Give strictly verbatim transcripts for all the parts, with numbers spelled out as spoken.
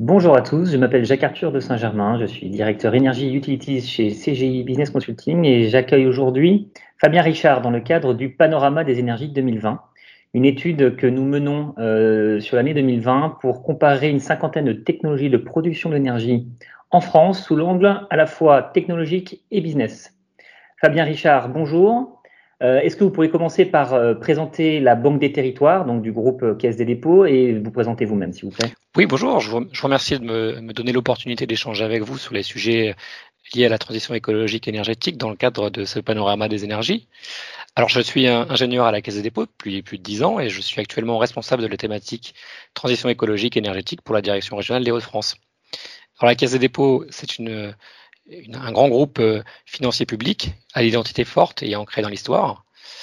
Bonjour à tous, je m'appelle Jacques-Arthur de Saint-Germain, je suis directeur Énergie Utilities chez C G I Business Consulting et j'accueille aujourd'hui Fabien Richard dans le cadre du Panorama des énergies deux mille vingt, une étude que nous menons euh, sur l'année deux mille vingt pour comparer une cinquantaine de technologies de production d'énergie en France sous l'angle à la fois technologique et business. Fabien Richard, bonjour. Euh, Est-ce que vous pourriez commencer par euh, présenter la Banque des Territoires, donc du groupe euh, Caisse des Dépôts, et vous présenter vous-même, s'il vous plaît? Oui, bonjour. Je vous, je vous remercie de me, me donner l'opportunité d'échanger avec vous sur les sujets liés à la transition écologique et énergétique dans le cadre de ce panorama des énergies. Alors, je suis un ingénieur à la Caisse des Dépôts depuis plus de dix ans et je suis actuellement responsable de la thématique transition écologique et énergétique pour la direction régionale des Hauts-de-France. Alors, la Caisse des Dépôts, c'est une, une, un grand groupe financier public à l'identité forte et ancrée dans l'histoire.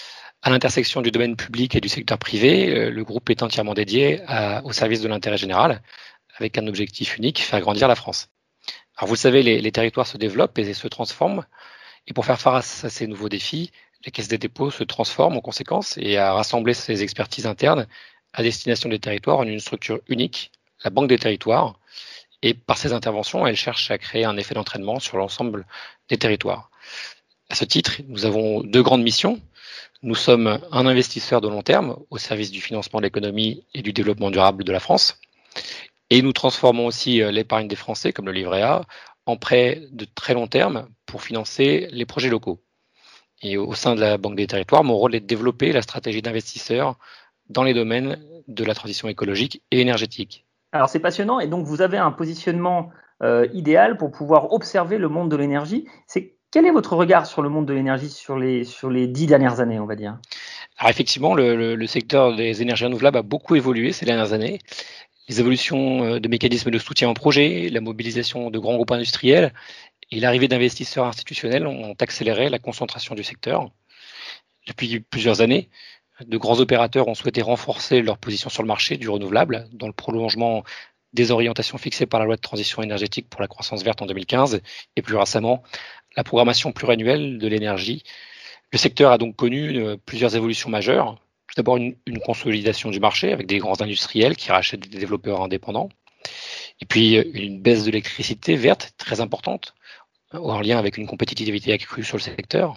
À l'intersection du domaine public et du secteur privé, le groupe est entièrement dédié à, au service de l'intérêt général, avec un objectif unique, faire grandir la France. Alors vous le savez, les, les territoires se développent et se transforment, et pour faire face à ces nouveaux défis, la Caisse des dépôts se transforme en conséquence et a rassemblé ses expertises internes à destination des territoires en une structure unique, la Banque des territoires, et par ses interventions, elle cherche à créer un effet d'entraînement sur l'ensemble des territoires. À ce titre, nous avons deux grandes missions. Nous sommes un investisseur de long terme au service du financement de l'économie et du développement durable de la France. Et nous transformons aussi l'épargne des Français, comme le livret A, en prêts de très long terme pour financer les projets locaux. Et au sein de la Banque des Territoires, mon rôle est de développer la stratégie d'investisseurs dans les domaines de la transition écologique et énergétique. Alors c'est passionnant et donc vous avez un positionnement euh, idéal pour pouvoir observer le monde de l'énergie. C'est quel est votre regard sur le monde de l'énergie sur les sur les dix dernières années, on va dire? Alors effectivement, le, le, le secteur des énergies renouvelables a beaucoup évolué ces dernières années. Les évolutions de mécanismes de soutien au projet, la mobilisation de grands groupes industriels et l'arrivée d'investisseurs institutionnels ont accéléré la concentration du secteur. Depuis plusieurs années, de grands opérateurs ont souhaité renforcer leur position sur le marché du renouvelable dans le prolongement des orientations fixées par la loi de transition énergétique pour la croissance verte en deux mille quinze et plus récemment la programmation pluriannuelle de l'énergie. Le secteur a donc connu plusieurs évolutions majeures. Tout d'abord une, une consolidation du marché avec des grands industriels qui rachètent des développeurs indépendants. Et puis une baisse de l'électricité verte très importante en lien avec une compétitivité accrue sur le secteur.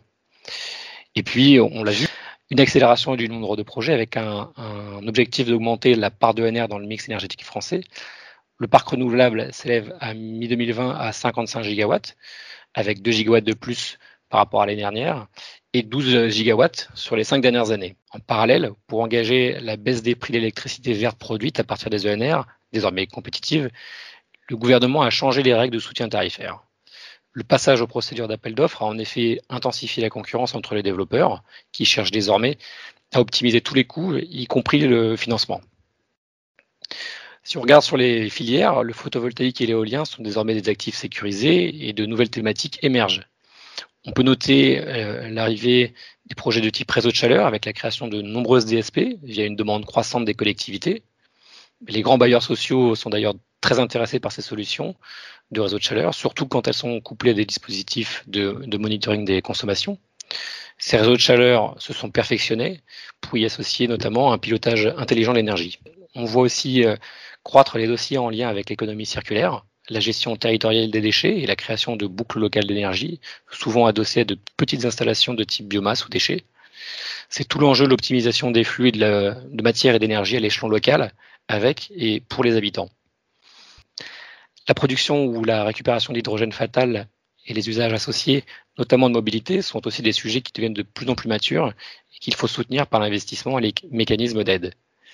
Et puis, on l'a vu, une accélération du nombre de projets avec un, un objectif d'augmenter la part de E N R dans le mix énergétique français. Le parc renouvelable s'élève à mi deux mille vingt à cinquante-cinq gigawatts, avec deux gigawatts de plus par rapport à l'année dernière, et douze gigawatts sur les cinq dernières années. En parallèle, pour engager la baisse des prix de l'électricité verte produite à partir des E N R, désormais compétitives, le gouvernement a changé les règles de soutien tarifaire. Le passage aux procédures d'appel d'offres a en effet intensifié la concurrence entre les développeurs qui cherchent désormais à optimiser tous les coûts, y compris le financement. Si on regarde sur les filières, le photovoltaïque et l'éolien sont désormais des actifs sécurisés et de nouvelles thématiques émergent. On peut noter euh, l'arrivée des projets de type réseau de chaleur avec la création de nombreuses D S P via une demande croissante des collectivités. Les grands bailleurs sociaux sont d'ailleurs très intéressés par ces solutions de réseau de chaleur, surtout quand elles sont couplées à des dispositifs de, de monitoring des consommations. Ces réseaux de chaleur se sont perfectionnés pour y associer notamment un pilotage intelligent de l'énergie. On voit aussi euh, croître les dossiers en lien avec l'économie circulaire, la gestion territoriale des déchets et la création de boucles locales d'énergie, souvent adossées à de petites installations de type biomasse ou déchets. C'est tout l'enjeu de l'optimisation des flux de, la, de matière et d'énergie à l'échelon local, avec et pour les habitants. La production ou la récupération d'hydrogène fatal et les usages associés, notamment de mobilité, sont aussi des sujets qui deviennent de plus en plus matures et qu'il faut soutenir par l'investissement et les mécanismes d'aide.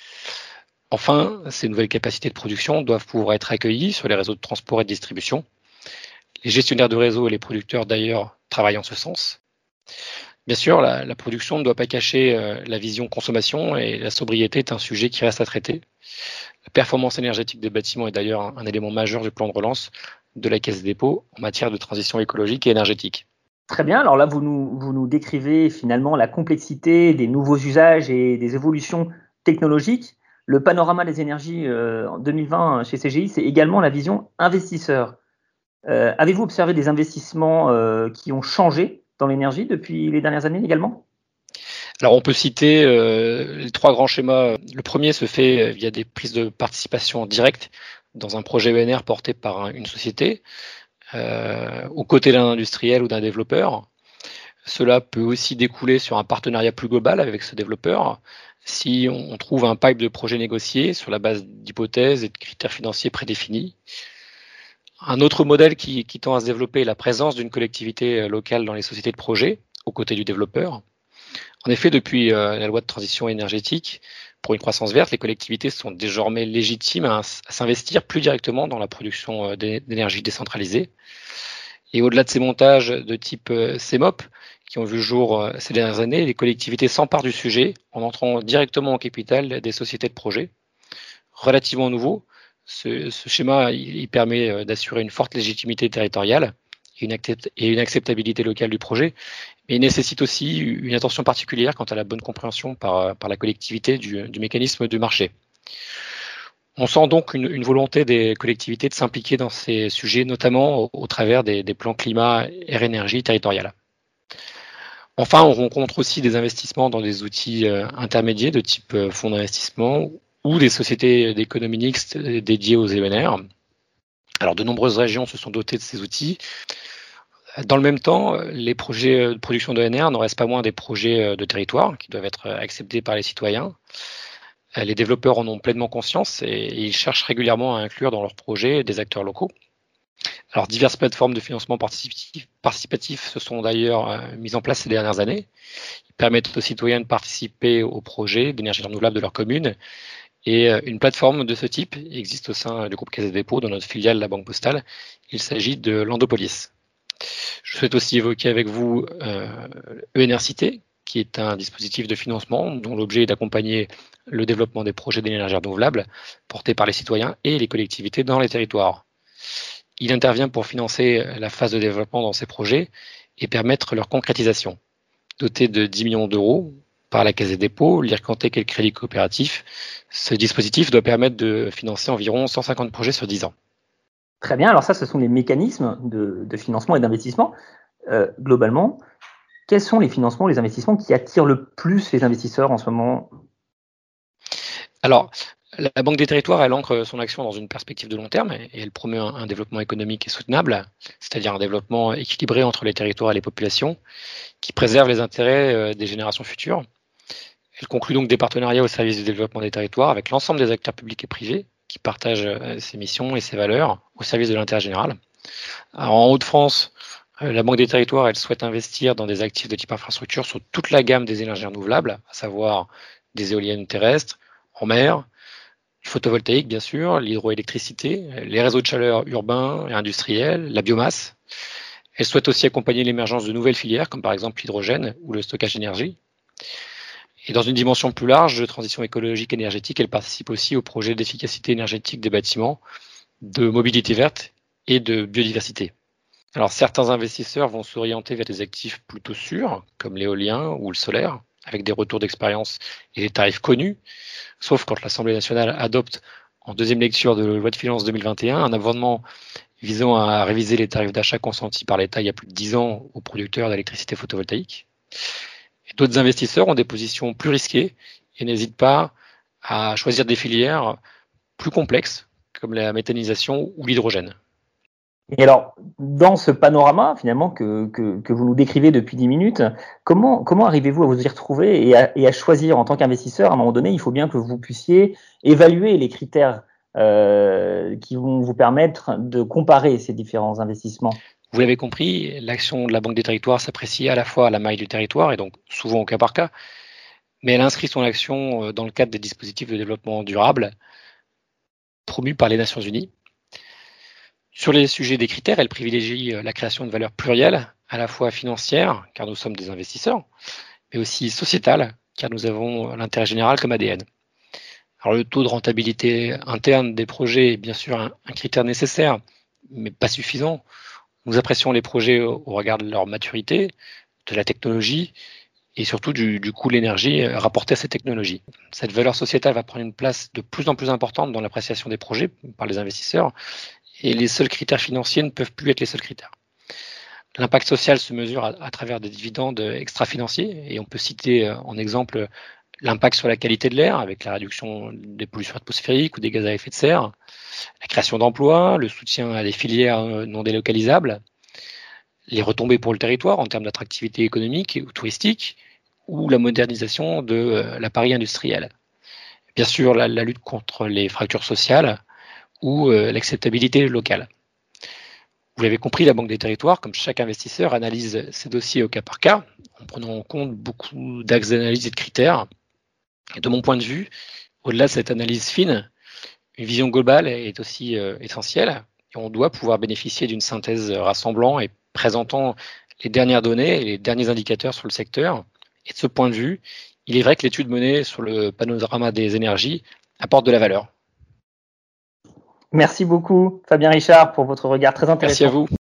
Enfin, ces nouvelles capacités de production doivent pouvoir être accueillies sur les réseaux de transport et de distribution. Les gestionnaires de réseau et les producteurs d'ailleurs travaillent en ce sens. Bien sûr, la, la production ne doit pas cacher euh, la vision consommation et la sobriété est un sujet qui reste à traiter. La performance énergétique des bâtiments est d'ailleurs un, un élément majeur du plan de relance de la Caisse des dépôts en matière de transition écologique et énergétique. Très bien, alors là vous nous, vous nous décrivez finalement la complexité des nouveaux usages et des évolutions technologiques. Le panorama des énergies euh, en deux mille vingt chez C G I, c'est également la vision investisseur. Euh, avez-vous observé des investissements euh, qui ont changé dans l'énergie depuis les dernières années également? Alors on peut citer euh, les trois grands schémas. Le premier se fait via des prises de participation directes dans un projet E N R porté par une société, euh, aux côtés d'un industriel ou d'un développeur. Cela peut aussi découler sur un partenariat plus global avec ce développeur si on trouve un pipe de projets négociés sur la base d'hypothèses et de critères financiers prédéfinis. Un autre modèle qui, qui tend à se développer est la présence d'une collectivité locale dans les sociétés de projet, aux côtés du développeur. En effet, depuis euh, la loi de transition énergétique pour une croissance verte, les collectivités sont désormais légitimes à, à s'investir plus directement dans la production euh, d'énergie décentralisée. Et au-delà de ces montages de type euh, C M O P, qui ont vu le jour euh, ces dernières années, les collectivités s'emparent du sujet en entrant directement au capital des sociétés de projet. Relativement nouveau, ce, ce schéma il, il permet euh, d'assurer une forte légitimité territoriale et une, accept, et une acceptabilité locale du projet, mais il nécessite aussi une attention particulière quant à la bonne compréhension par, par la collectivité du, du mécanisme de marché. On sent donc une, une volonté des collectivités de s'impliquer dans ces sujets, notamment au, au travers des, des plans climat air énergie territoriales. Enfin, on rencontre aussi des investissements dans des outils euh, intermédiaires de type euh, fonds d'investissement ou des sociétés d'économie mixte dédiées aux E N R. Alors, de nombreuses régions se sont dotées de ces outils. Dans le même temps, les projets de production d'E N R n'en restent pas moins des projets de territoire qui doivent être acceptés par les citoyens. Les développeurs en ont pleinement conscience et ils cherchent régulièrement à inclure dans leurs projets des acteurs locaux. Alors, diverses plateformes de financement participatif, participatif se sont d'ailleurs mises en place ces dernières années. Ils permettent aux citoyens de participer aux projets d'énergie renouvelable de leur commune. Et une plateforme de ce type existe au sein du groupe Caisse des Dépôts, dans notre filiale, la Banque Postale. Il s'agit de l'Endopolis. Je souhaite aussi évoquer avec vous euh, E N R Cité, qui est un dispositif de financement dont l'objet est d'accompagner le développement des projets d'énergie renouvelable portés par les citoyens et les collectivités dans les territoires. Il intervient pour financer la phase de développement dans ces projets et permettre leur concrétisation. Doté de dix millions d'euros par la Caisse des Dépôts, l'IRCANTEC et le Crédit Coopératif, ce dispositif doit permettre de financer environ cent cinquante projets sur dix ans. Très bien, alors ça, ce sont les mécanismes de, de financement et d'investissement. Euh, globalement, quels sont les financements, les investissements qui attirent le plus les investisseurs en ce moment? Alors, la Banque des Territoires, elle ancre son action dans une perspective de long terme et elle promeut un, un développement économique et soutenable, c'est-à-dire un développement équilibré entre les territoires et les populations, qui préserve les intérêts des générations futures. Elle conclut donc des partenariats au service du développement des territoires avec l'ensemble des acteurs publics et privés qui partagent ses missions et ses valeurs au service de l'intérêt général. Alors, en Hauts-de-France, la Banque des Territoires, elle souhaite investir dans des actifs de type infrastructure sur toute la gamme des énergies renouvelables, à savoir des éoliennes terrestres, en mer, le photovoltaïque bien sûr, l'hydroélectricité, les réseaux de chaleur urbains et industriels, la biomasse. Elle souhaite aussi accompagner l'émergence de nouvelles filières, comme par exemple l'hydrogène ou le stockage d'énergie. Et dans une dimension plus large de transition écologique et énergétique, elle participe aussi au projet d'efficacité énergétique des bâtiments, de mobilité verte et de biodiversité. Alors certains investisseurs vont s'orienter vers des actifs plutôt sûrs, comme l'éolien ou le solaire, avec des retours d'expérience et des tarifs connus, sauf quand l'Assemblée nationale adopte en deuxième lecture de loi de finances deux mille vingt et un un amendement visant à réviser les tarifs d'achat consentis par l'État il y a plus de dix ans aux producteurs d'électricité photovoltaïque. D'autres investisseurs ont des positions plus risquées et n'hésitent pas à choisir des filières plus complexes, comme la méthanisation ou l'hydrogène. Et alors, dans ce panorama, finalement, que, que, que vous nous décrivez depuis dix minutes, comment, comment arrivez-vous à vous y retrouver et à, et à choisir en tant qu'investisseur? À un moment donné, il faut bien que vous puissiez évaluer les critères euh, qui vont vous permettre de comparer ces différents investissements. Vous l'avez compris, l'action de la Banque des Territoires s'apprécie à la fois à la maille du territoire et donc souvent au cas par cas, mais elle inscrit son action dans le cadre des dispositifs de développement durable promus par les Nations Unies. Sur les sujets des critères, elle privilégie la création de valeurs plurielles, à la fois financières, car nous sommes des investisseurs, mais aussi sociétales, car nous avons l'intérêt général comme A D N. Alors le taux de rentabilité interne des projets est bien sûr un, un critère nécessaire, mais pas suffisant. Nous apprécions les projets au regard de leur maturité, de la technologie et surtout du, du coût de l'énergie rapporté à cette technologie. Cette valeur sociétale va prendre une place de plus en plus importante dans l'appréciation des projets par les investisseurs et les seuls critères financiers ne peuvent plus être les seuls critères. L'impact social se mesure à, à travers des dividendes extra-financiers et on peut citer en exemple l'impact sur la qualité de l'air avec la réduction des pollutions atmosphériques ou des gaz à effet de serre, la création d'emplois, le soutien à des filières non délocalisables, les retombées pour le territoire en termes d'attractivité économique ou touristique, ou la modernisation de l'appareil industriel. Bien sûr, la, la lutte contre les fractures sociales ou euh, l'acceptabilité locale. Vous l'avez compris, la Banque des Territoires, comme chaque investisseur, analyse ses dossiers au cas par cas, en prenant en compte beaucoup d'axes d'analyse et de critères. Et de mon point de vue, au-delà de cette analyse fine, une vision globale est aussi euh, essentielle. Et on doit pouvoir bénéficier d'une synthèse rassemblant et présentant les dernières données et les derniers indicateurs sur le secteur. Et de ce point de vue, il est vrai que l'étude menée sur le panorama des énergies apporte de la valeur. Merci beaucoup, Fabien Richard, pour votre regard très intéressant. Merci à vous.